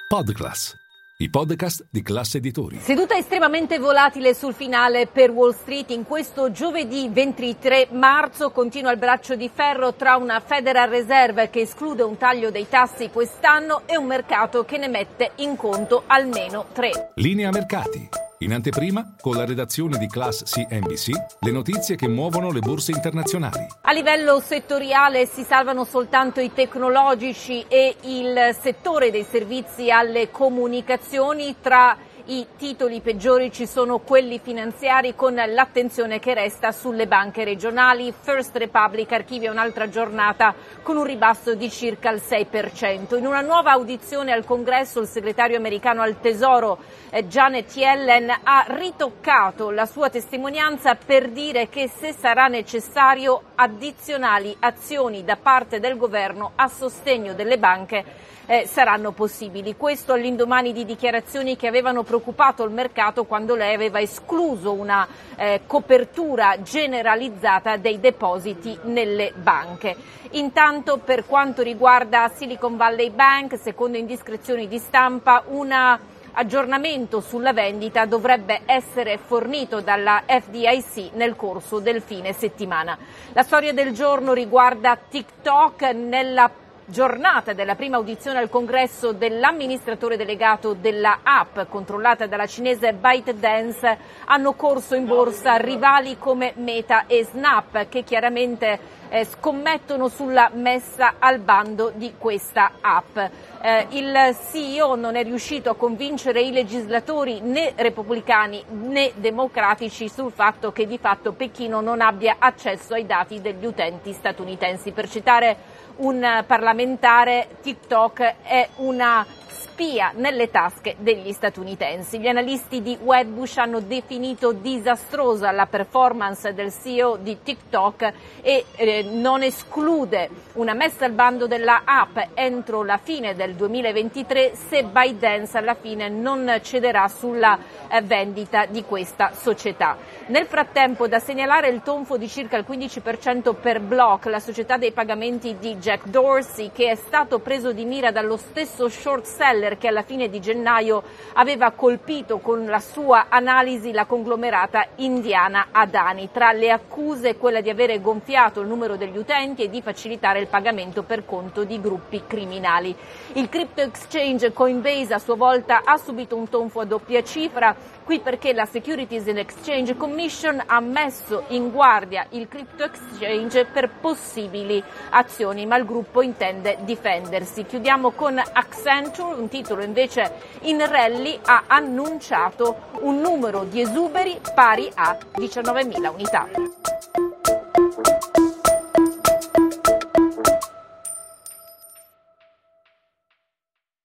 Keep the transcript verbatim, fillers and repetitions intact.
Podclass, i podcast di Class Editori. Seduta estremamente volatile sul finale per Wall Street. In questo giovedì ventitré marzo continua il braccio di ferro tra una Federal Reserve che esclude un taglio dei tassi quest'anno e un mercato che ne mette in conto almeno tre. Linea mercati. In anteprima, con la redazione di Class C N B C, le notizie che muovono le borse internazionali. A livello settoriale si salvano soltanto i tecnologici e il settore dei servizi alle comunicazioni. Tra i titoli peggiori ci sono quelli finanziari, con l'attenzione che resta sulle banche regionali. First Republic archivia un'altra giornata con un ribasso di circa il sei per cento. In una nuova audizione al Congresso, il segretario americano al Tesoro eh, Janet Yellen ha ritoccato la sua testimonianza per dire che se sarà necessario addizionali azioni da parte del governo a sostegno delle banche Eh, saranno possibili. Questo all'indomani di dichiarazioni che avevano preoccupato il mercato quando lei aveva escluso una eh, copertura generalizzata dei depositi nelle banche. Intanto, per quanto riguarda Silicon Valley Bank, secondo indiscrezioni di stampa, una aggiornamento sulla vendita dovrebbe essere fornito dalla F D I C nel corso del fine settimana. La storia del giorno riguarda TikTok. Nella giornata della prima audizione al Congresso dell'amministratore delegato della app controllata dalla cinese ByteDance, hanno corso in borsa rivali come Meta e Snap, che chiaramente eh, scommettono sulla messa al bando di questa app. Eh, il C E O non è riuscito a convincere i legislatori né repubblicani né democratici sul fatto che di fatto Pechino non abbia accesso ai dati degli utenti statunitensi. Per citare un parlamentare, TikTok è una spia nelle tasche degli statunitensi. Gli analisti di Wedbush hanno definito disastrosa la performance del C E O di TikTok e eh, non esclude una messa al bando della app entro la fine del duemilaventitré se ByteDance alla fine non cederà sulla eh, vendita di questa società. Nel frattempo, da segnalare il tonfo di circa il quindici per cento per Block, la società dei pagamenti di Jack Dorsey, che è stato preso di mira dallo stesso short seller che alla fine di gennaio aveva colpito con la sua analisi la conglomerata indiana Adani. Tra le accuse quella di avere gonfiato il numero degli utenti e di facilitare il pagamento per conto di gruppi criminali. Il crypto exchange Coinbase a sua volta ha subito un tonfo a doppia cifra, qui perché la Securities and Exchange Commission ha messo in guardia il crypto exchange per possibili azioni, ma il gruppo intende difendersi. Chiudiamo con Accenture, un titolo invece in rally, ha annunciato un numero di esuberi pari a diciannovemila unità.